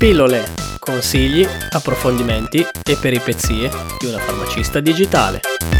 Pillole, consigli, approfondimenti e peripezie di una farmacista digitale.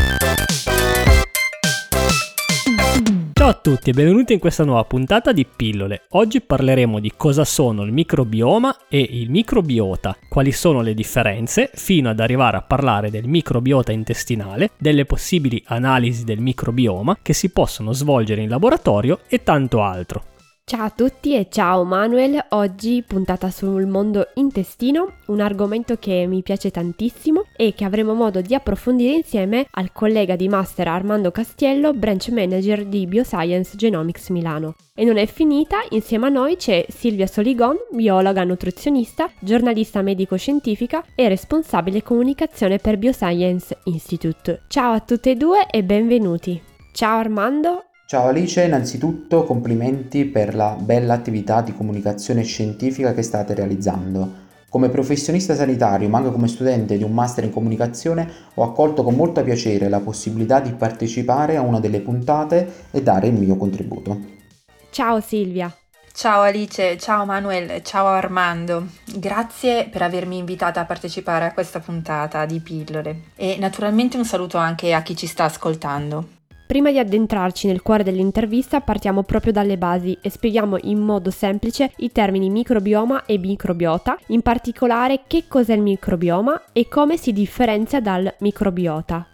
Ciao a tutti e benvenuti in questa nuova puntata di Pillole. Oggi parleremo di cosa sono il microbioma e il microbiota, quali sono le differenze, fino ad arrivare a parlare del microbiota intestinale, delle possibili analisi del microbioma che si possono svolgere in laboratorio e tanto altro. Ciao a tutti e ciao Manuel, oggi puntata sul mondo intestino, un argomento che mi piace tantissimo e che avremo modo di approfondire insieme al collega di master Armando Castiello, branch manager di Bioscience Genomics Milano. E non è finita, insieme a noi c'è Silvia Soligon, biologa nutrizionista, giornalista medico-scientifica e responsabile comunicazione per Bioscience Institute. Ciao a tutte e due e benvenuti. Ciao Armando. Ciao Alice, innanzitutto complimenti per la bella attività di comunicazione scientifica che state realizzando. Come professionista sanitario, ma anche come studente di un master in comunicazione, ho accolto con molto piacere la possibilità di partecipare a una delle puntate e dare il mio contributo. Ciao Silvia. Ciao Alice, ciao Manuel, ciao Armando. Grazie per avermi invitata a partecipare a questa puntata di Pillole e naturalmente un saluto anche a chi ci sta ascoltando. Prima di addentrarci nel cuore dell'intervista partiamo proprio dalle basi e spieghiamo in modo semplice i termini microbioma e microbiota, in particolare che cos'è il microbioma e come si differenzia dal microbiota.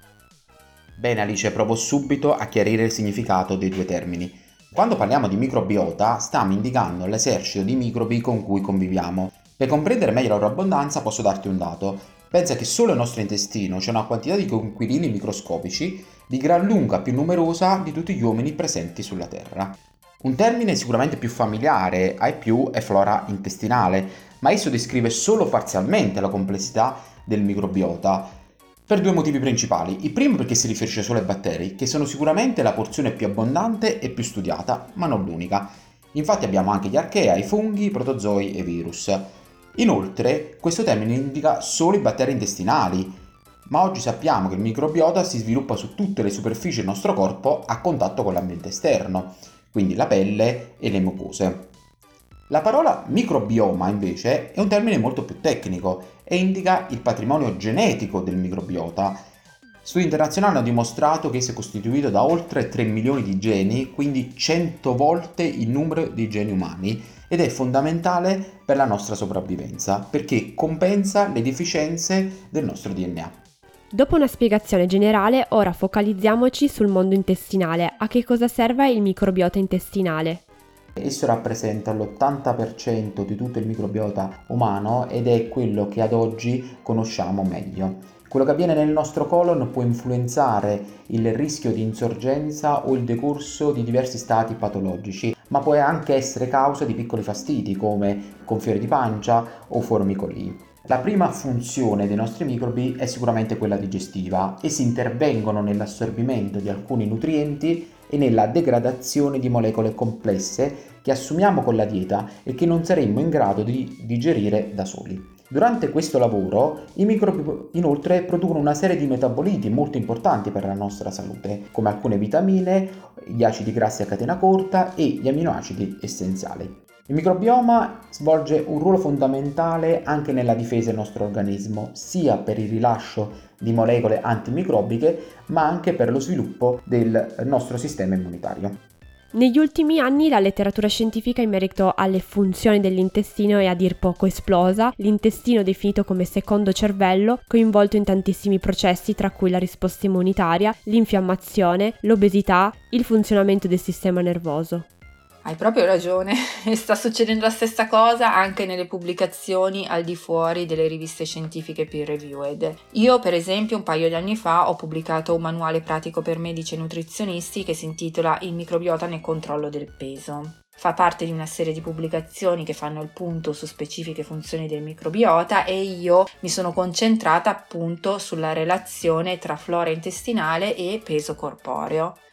Bene Alice, provo subito a chiarire il significato dei due termini. Quando parliamo di microbiota stiamo indicando l'esercito di microbi con cui conviviamo. Per comprendere meglio la loro abbondanza posso darti un dato. Pensa che solo nel nostro intestino c'è una quantità di conquilini microscopici di gran lunga più numerosa di tutti gli uomini presenti sulla Terra. Un termine sicuramente più familiare ai più è flora intestinale, ma esso descrive solo parzialmente la complessità del microbiota per due motivi principali. Il primo perché si riferisce solo ai batteri, che sono sicuramente la porzione più abbondante e più studiata, ma non l'unica. Infatti abbiamo anche gli archea, i funghi, i protozoi e i virus. Inoltre, questo termine indica solo i batteri intestinali, ma oggi sappiamo che il microbiota si sviluppa su tutte le superfici del nostro corpo a contatto con l'ambiente esterno, quindi la pelle e le mucose. La parola microbioma invece è un termine molto più tecnico e indica il patrimonio genetico del microbiota. Studi internazionali hanno dimostrato che esso è costituito da oltre 3 milioni di geni, quindi 100 volte il numero di geni umani, ed è fondamentale per la nostra sopravvivenza perché compensa le deficienze del nostro DNA. Dopo una spiegazione generale, ora focalizziamoci sul mondo intestinale. A che cosa serve il microbiota intestinale? Esso rappresenta l'80% di tutto il microbiota umano ed è quello che ad oggi conosciamo meglio. Quello che avviene nel nostro colon può influenzare il rischio di insorgenza o il decorso di diversi stati patologici, ma può anche essere causa di piccoli fastidi come gonfiore di pancia o formicolii. La prima funzione dei nostri microbi è sicuramente quella digestiva. Essi intervengono nell'assorbimento di alcuni nutrienti e nella degradazione di molecole complesse che assumiamo con la dieta e che non saremmo in grado di digerire da soli. Durante questo lavoro i microbi inoltre producono una serie di metaboliti molto importanti per la nostra salute, come alcune vitamine, gli acidi grassi a catena corta e gli aminoacidi essenziali. Il microbioma svolge un ruolo fondamentale anche nella difesa del nostro organismo, sia per il rilascio di molecole antimicrobiche, ma anche per lo sviluppo del nostro sistema immunitario. Negli ultimi anni la letteratura scientifica in merito alle funzioni dell'intestino è a dir poco esplosa, l'intestino definito come secondo cervello, coinvolto in tantissimi processi tra cui la risposta immunitaria, l'infiammazione, l'obesità, il funzionamento del sistema nervoso. Hai proprio ragione, e sta succedendo la stessa cosa anche nelle pubblicazioni al di fuori delle riviste scientifiche peer reviewed. Io, per esempio, un paio di anni fa ho pubblicato un manuale pratico per medici e nutrizionisti che si intitola Il microbiota nel controllo del peso. Fa parte di una serie di pubblicazioni che fanno il punto su specifiche funzioni del microbiota e io mi sono concentrata appunto sulla relazione tra flora intestinale e peso corporeo.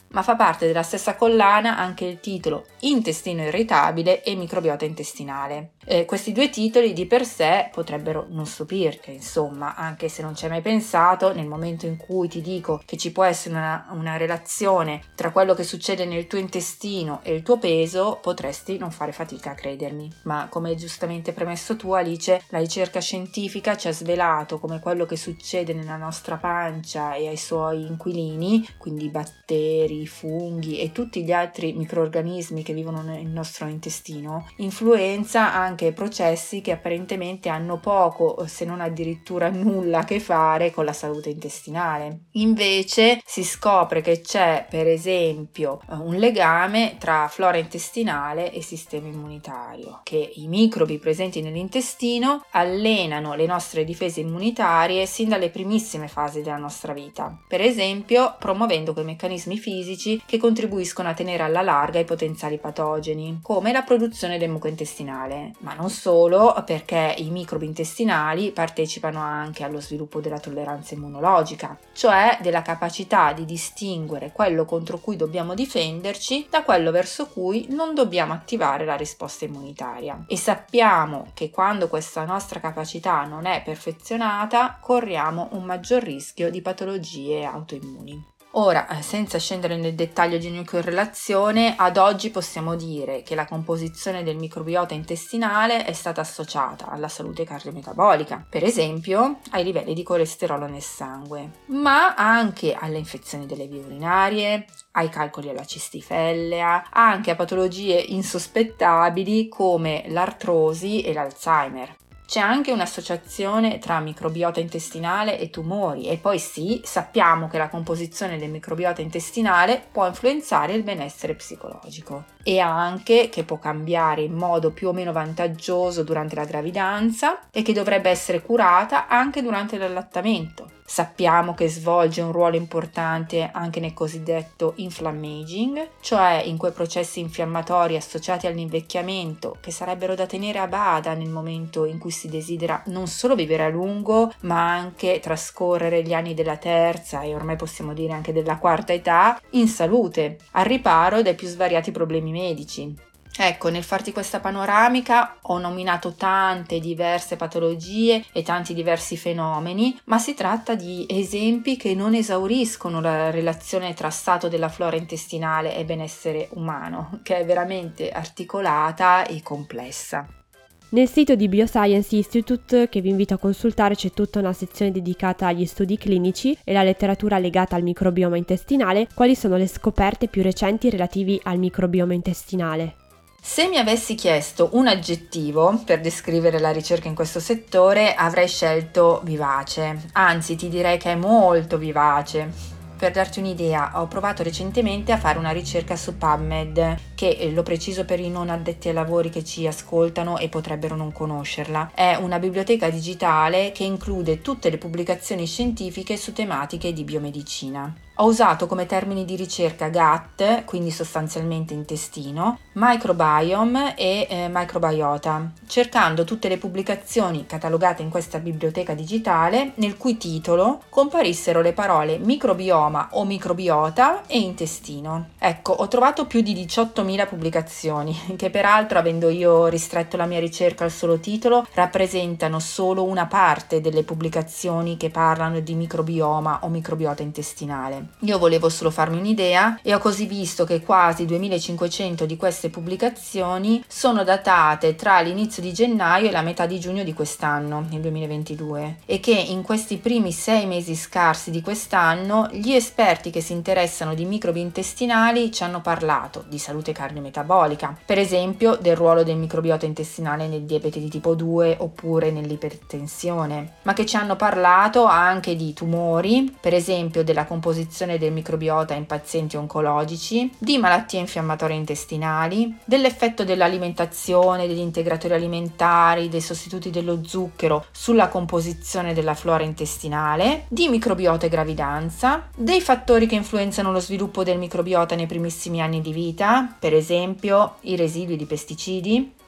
ma fa parte della stessa collana anche il titolo Intestino irritabile e microbiota intestinale. Questi due titoli di per sé potrebbero non stupirti, insomma, anche se non ci hai mai pensato, nel momento in cui ti dico che ci può essere una relazione tra quello che succede nel tuo intestino e il tuo peso, potresti non fare fatica a credermi. Ma come giustamente premesso tu, Alice, la ricerca scientifica ci ha svelato come quello che succede nella nostra pancia e ai suoi inquilini, quindi batteri, funghi e tutti gli altri microrganismi che vivono nel nostro intestino, influenza anche processi che apparentemente hanno poco, se non addirittura nulla a che fare con la salute intestinale. Invece si scopre che c'è, per esempio, un legame tra flora intestinale e sistema immunitario, che i microbi presenti nell'intestino allenano le nostre difese immunitarie sin dalle primissime fasi della nostra vita, per esempio promuovendo quei meccanismi fisici che contribuiscono a tenere alla larga i potenziali patogeni, come la produzione del muco intestinale, ma non solo, perché i microbi intestinali partecipano anche allo sviluppo della tolleranza immunologica, cioè della capacità di distinguere quello contro cui dobbiamo difenderci da quello verso cui non dobbiamo attivare la risposta immunitaria. E sappiamo che quando questa nostra capacità non è perfezionata, corriamo un maggior rischio di patologie autoimmuni. Ora, senza scendere nel dettaglio di ogni correlazione, ad oggi possiamo dire che la composizione del microbiota intestinale è stata associata alla salute cardiometabolica, per esempio ai livelli di colesterolo nel sangue, ma anche alle infezioni delle vie urinarie, ai calcoli alla cistifellea, anche a patologie insospettabili come l'artrosi e l'Alzheimer. C'è anche un'associazione tra microbiota intestinale e tumori e poi sì, sappiamo che la composizione del microbiota intestinale può influenzare il benessere psicologico e anche che può cambiare in modo più o meno vantaggioso durante la gravidanza e che dovrebbe essere curata anche durante l'allattamento. Sappiamo che svolge un ruolo importante anche nel cosiddetto inflammaging, cioè in quei processi infiammatori associati all'invecchiamento che sarebbero da tenere a bada nel momento in cui si desidera non solo vivere a lungo, ma anche trascorrere gli anni della terza e ormai possiamo dire anche della quarta età in salute, al riparo dai più svariati problemi medici. Ecco, nel farti questa panoramica ho nominato tante diverse patologie e tanti diversi fenomeni, ma si tratta di esempi che non esauriscono la relazione tra stato della flora intestinale e benessere umano, che è veramente articolata e complessa. Nel sito di Bioscience Institute, che vi invito a consultare, c'è tutta una sezione dedicata agli studi clinici e la letteratura legata al microbioma intestinale. Quali sono le scoperte più recenti relativi al microbioma intestinale? Se mi avessi chiesto un aggettivo per descrivere la ricerca in questo settore, avrei scelto vivace, anzi ti direi che è molto vivace. Per darti un'idea, ho provato recentemente a fare una ricerca su PubMed, che, lo preciso per i non addetti ai lavori che ci ascoltano e potrebbero non conoscerla, è una biblioteca digitale che include tutte le pubblicazioni scientifiche su tematiche di biomedicina. Ho usato come termini di ricerca gut, quindi sostanzialmente intestino, microbiome e microbiota, cercando tutte le pubblicazioni catalogate in questa biblioteca digitale nel cui titolo comparissero le parole microbioma o microbiota e intestino. Ecco, ho trovato più di 18.000 pubblicazioni, che peraltro, avendo io ristretto la mia ricerca al solo titolo, rappresentano solo una parte delle pubblicazioni che parlano di microbioma o microbiota intestinale. Io volevo solo farmi un'idea e ho così visto che quasi 2500 di queste pubblicazioni sono datate tra l'inizio di gennaio e la metà di giugno di quest'anno, nel 2022, e che in questi primi 6 mesi scarsi di quest'anno gli esperti che si interessano di microbi intestinali ci hanno parlato di salute cardiometabolica, per esempio del ruolo del microbiota intestinale nel diabete di tipo 2 oppure nell'ipertensione, ma che ci hanno parlato anche di tumori, per esempio della composizione del microbiota in pazienti oncologici, di malattie infiammatorie intestinali, dell'effetto dell'alimentazione, degli integratori alimentari, dei sostituti dello zucchero sulla composizione della flora intestinale, di microbiota e gravidanza, dei fattori che influenzano lo sviluppo del microbiota nei primissimi anni di vita, per esempio i residui di pesticidi,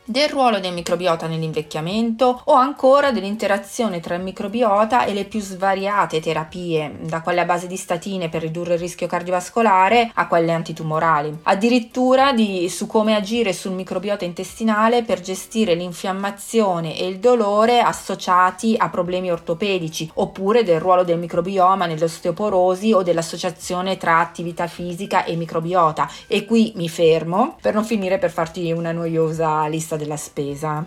del ruolo del microbiota nell'invecchiamento o ancora dell'interazione tra il microbiota e le più svariate terapie, da quelle a base di statine per ridurre il rischio cardiovascolare a quelle antitumorali, addirittura su come agire sul microbiota intestinale per gestire l'infiammazione e il dolore associati a problemi ortopedici, oppure del ruolo del microbioma nell'osteoporosi o dell'associazione tra attività fisica e microbiota. E qui mi fermo per non finire per farti una noiosa lista della spesa.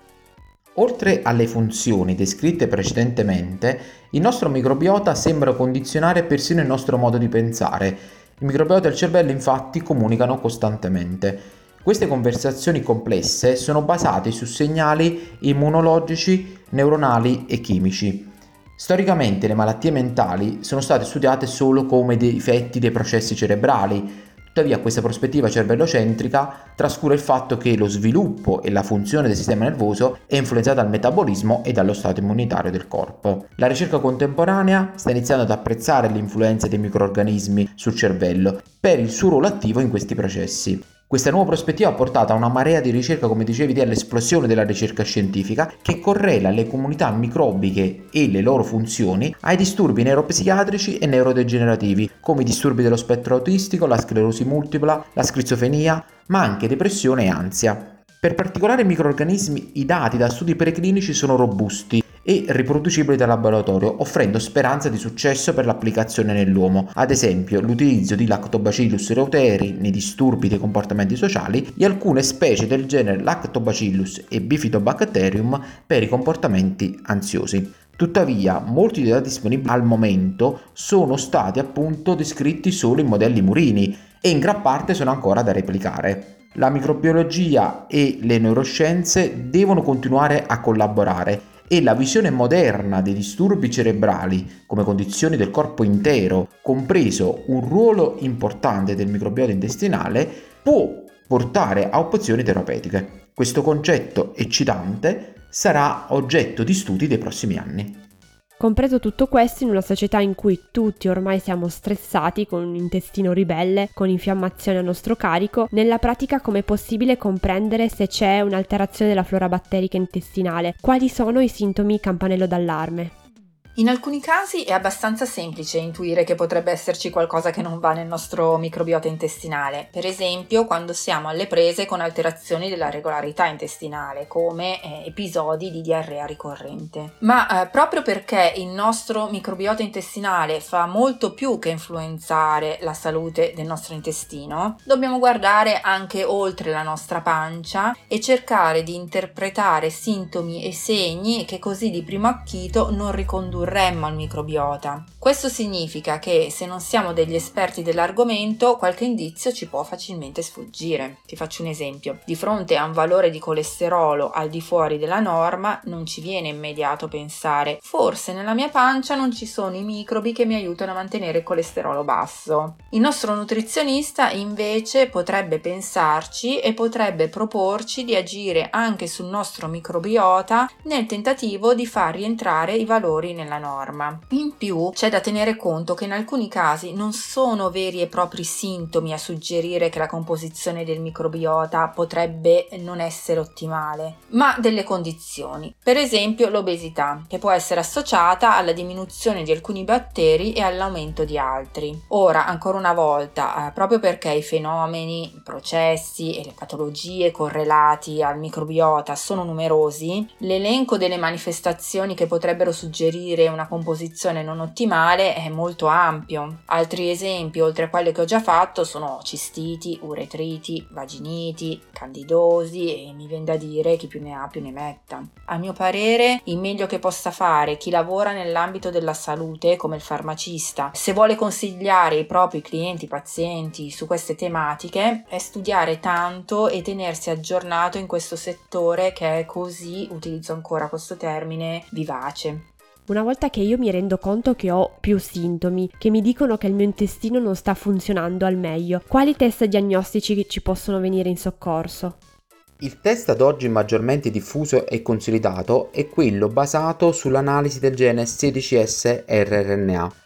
Oltre alle funzioni descritte precedentemente, il nostro microbiota sembra condizionare persino il nostro modo di pensare. Il microbiota e il cervello infatti comunicano costantemente. Queste conversazioni complesse sono basate su segnali immunologici, neuronali e chimici. Storicamente le malattie mentali sono state studiate solo come difetti dei processi cerebrali. Tuttavia questa prospettiva cervellocentrica trascura il fatto che lo sviluppo e la funzione del sistema nervoso è influenzata dal metabolismo e dallo stato immunitario del corpo. La ricerca contemporanea sta iniziando ad apprezzare l'influenza dei microrganismi sul cervello per il suo ruolo attivo in questi processi. Questa nuova prospettiva ha portato a una marea di ricerca, come dicevi, all'esplosione della ricerca scientifica che correla le comunità microbiche e le loro funzioni ai disturbi neuropsichiatrici e neurodegenerativi, come i disturbi dello spettro autistico, la sclerosi multipla, la schizofrenia, ma anche depressione e ansia. Per particolari microrganismi i dati da studi preclinici sono robusti e riproducibili dal laboratorio, offrendo speranza di successo per l'applicazione nell'uomo, ad esempio l'utilizzo di Lactobacillus reuteri nei disturbi dei comportamenti sociali e alcune specie del genere Lactobacillus e Bifidobacterium per i comportamenti ansiosi. Tuttavia, molti dei dati disponibili al momento sono stati appunto descritti solo in modelli murini e in gran parte sono ancora da replicare. La microbiologia e le neuroscienze devono continuare a collaborare e la visione moderna dei disturbi cerebrali come condizioni del corpo intero, compreso un ruolo importante del microbiota intestinale, può portare a opzioni terapeutiche. Questo concetto eccitante sarà oggetto di studi dei prossimi anni. Compreso tutto questo in una società in cui tutti ormai siamo stressati, con un intestino ribelle, con infiammazione a nostro carico, nella pratica com'è possibile comprendere se c'è un'alterazione della flora batterica intestinale? Quali sono i sintomi campanello d'allarme? In alcuni casi è abbastanza semplice intuire che potrebbe esserci qualcosa che non va nel nostro microbiota intestinale, per esempio quando siamo alle prese con alterazioni della regolarità intestinale, come episodi di diarrea ricorrente. Ma proprio perché il nostro microbiota intestinale fa molto più che influenzare la salute del nostro intestino, dobbiamo guardare anche oltre la nostra pancia e cercare di interpretare sintomi e segni che così di primo acchito non ricondurremmo al microbiota. Questo significa che se non siamo degli esperti dell'argomento, qualche indizio ci può facilmente sfuggire. Ti faccio un esempio. Di fronte a un valore di colesterolo al di fuori della norma, non ci viene immediato pensare: forse nella mia pancia non ci sono i microbi che mi aiutano a mantenere il colesterolo basso. Il nostro nutrizionista invece potrebbe pensarci e potrebbe proporci di agire anche sul nostro microbiota nel tentativo di far rientrare i valori nella norma. In più c'è da tenere conto che in alcuni casi non sono veri e propri sintomi a suggerire che la composizione del microbiota potrebbe non essere ottimale, ma delle condizioni. Per esempio l'obesità, che può essere associata alla diminuzione di alcuni batteri e all'aumento di altri. Ora, ancora una volta, proprio perché i fenomeni, i processi e le patologie correlati al microbiota sono numerosi, l'elenco delle manifestazioni che potrebbero suggerire una composizione non ottimale è molto ampio. Altri esempi, oltre a quelli che ho già fatto, sono cistiti, uretriti, vaginiti, candidosi e mi viene da dire chi più ne ha più ne metta. A mio parere, il meglio che possa fare chi lavora nell'ambito della salute, come il farmacista, se vuole consigliare i propri clienti, pazienti su queste tematiche, è studiare tanto e tenersi aggiornato in questo settore che è così, utilizzo ancora questo termine, vivace. Una volta che io mi rendo conto che ho più sintomi, che mi dicono che il mio intestino non sta funzionando al meglio, quali test diagnostici ci possono venire in soccorso? Il test ad oggi maggiormente diffuso e consolidato è quello basato sull'analisi del gene 16S rRNA.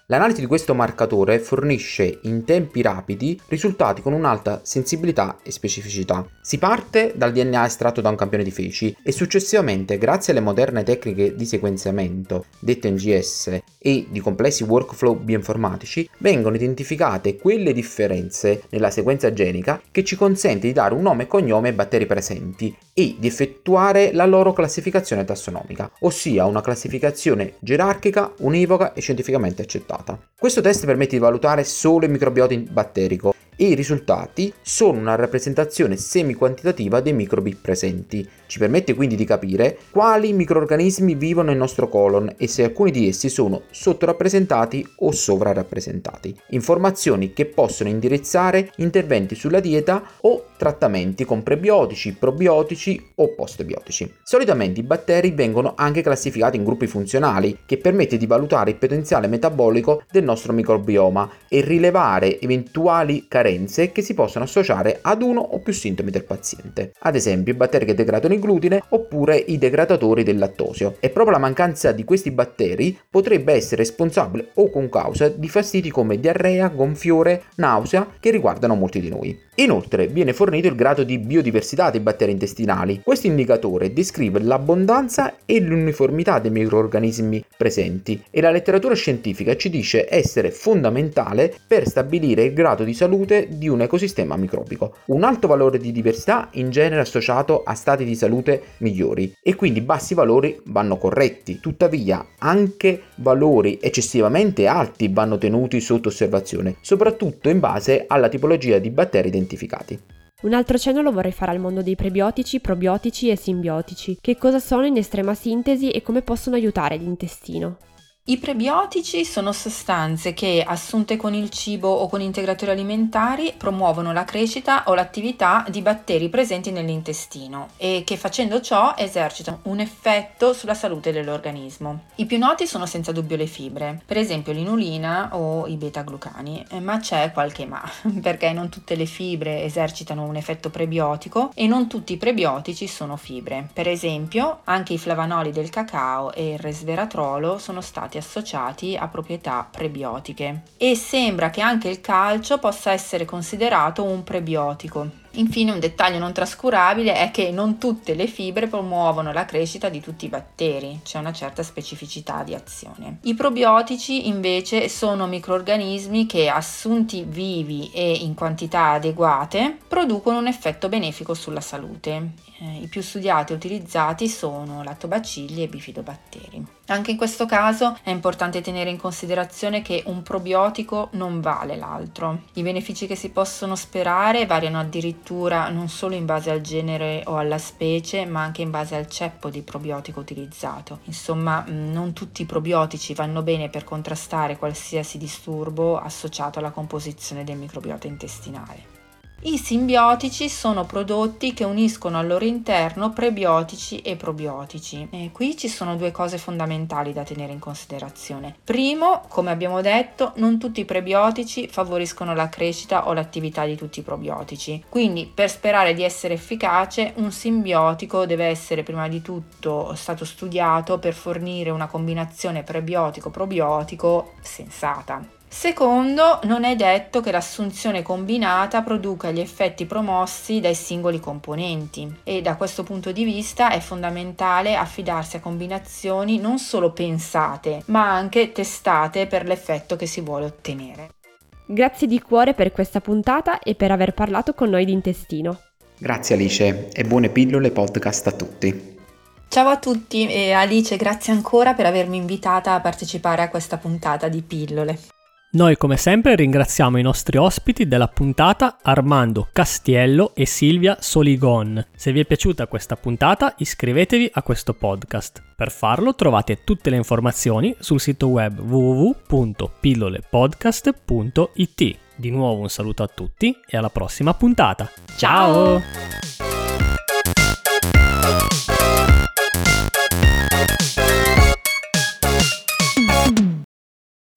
L'analisi di questo marcatore fornisce in tempi rapidi risultati con un'alta sensibilità e specificità. Si parte dal DNA estratto da un campione di feci e successivamente, grazie alle moderne tecniche di sequenziamento, dette NGS, e di complessi workflow bioinformatici, vengono identificate quelle differenze nella sequenza genica che ci consente di dare un nome e cognome ai batteri presenti e di effettuare la loro classificazione tassonomica, ossia una classificazione gerarchica, univoca e scientificamente accettata. Questo test permette di valutare solo il microbiota batterico e i risultati sono una rappresentazione semi-quantitativa dei microbi presenti. Ci permette quindi di capire quali microrganismi vivono nel nostro colon e se alcuni di essi sono sottorappresentati o sovrarappresentati. Informazioni che possono indirizzare interventi sulla dieta o trattamenti con prebiotici, probiotici o postbiotici. Solitamente i batteri vengono anche classificati in gruppi funzionali, che permette di valutare il potenziale metabolico del nostro microbioma e rilevare eventuali carenze che si possono associare ad uno o più sintomi del paziente. Ad esempio, i batteri che degradano il glutine oppure i degradatori del lattosio. E proprio la mancanza di questi batteri potrebbe essere responsabile o concausa di fastidi come diarrea, gonfiore, nausea che riguardano molti di noi. Inoltre viene fornito il grado di biodiversità dei batteri intestinali. Questo indicatore descrive l'abbondanza e l'uniformità dei microrganismi presenti e la letteratura scientifica ci dice essere fondamentale per stabilire il grado di salute di un ecosistema microbico. Un alto valore di diversità in genere associato a stati di salute migliori e quindi bassi valori vanno corretti. Tuttavia anche valori eccessivamente alti vanno tenuti sotto osservazione, soprattutto in base alla tipologia di batteri identificati. Un altro cenno lo vorrei fare al mondo dei prebiotici, probiotici e simbiotici. Che cosa sono in estrema sintesi e come possono aiutare l'intestino? I prebiotici sono sostanze che, assunte con il cibo o con integratori alimentari, promuovono la crescita o l'attività di batteri presenti nell'intestino e che, facendo ciò, esercitano un effetto sulla salute dell'organismo. I più noti sono senza dubbio le fibre, per esempio l'inulina o i beta-glucani, ma c'è qualche ma, perché non tutte le fibre esercitano un effetto prebiotico e non tutti i prebiotici sono fibre. Per esempio, anche i flavanoli del cacao e il resveratrolo sono stati associati a proprietà prebiotiche e sembra che anche il calcio possa essere considerato un prebiotico. Infine, un dettaglio non trascurabile è che non tutte le fibre promuovono la crescita di tutti i batteri, c'è una certa specificità di azione. I probiotici invece sono microrganismi che, assunti vivi e in quantità adeguate, producono un effetto benefico sulla salute. I più studiati e utilizzati sono lattobacilli e bifidobatteri. Anche in questo caso è importante tenere in considerazione che un probiotico non vale l'altro. I benefici che si possono sperare variano addirittura non solo in base al genere o alla specie, ma anche in base al ceppo di probiotico utilizzato. Insomma, non tutti i probiotici vanno bene per contrastare qualsiasi disturbo associato alla composizione del microbiota intestinale. I simbiotici sono prodotti che uniscono al loro interno prebiotici e probiotici. E qui ci sono due cose fondamentali da tenere in considerazione. Primo, come abbiamo detto, non tutti i prebiotici favoriscono la crescita o l'attività di tutti i probiotici. Quindi, per sperare di essere efficace, un simbiotico deve essere prima di tutto stato studiato per fornire una combinazione prebiotico-probiotico sensata. Secondo, non è detto che l'assunzione combinata produca gli effetti promossi dai singoli componenti e da questo punto di vista è fondamentale affidarsi a combinazioni non solo pensate, ma anche testate per l'effetto che si vuole ottenere. Grazie di cuore per questa puntata e per aver parlato con noi di intestino. Grazie Alice e buone pillole podcast a tutti. Ciao a tutti e Alice, grazie ancora per avermi invitata a partecipare a questa puntata di Pillole. Noi come sempre ringraziamo i nostri ospiti della puntata Armando Castiello e Silvia Soligon. Se vi è piaciuta questa puntata iscrivetevi a questo podcast. Per farlo trovate tutte le informazioni sul sito web www.pillolepodcast.it. Di nuovo un saluto a tutti e alla prossima puntata. Ciao!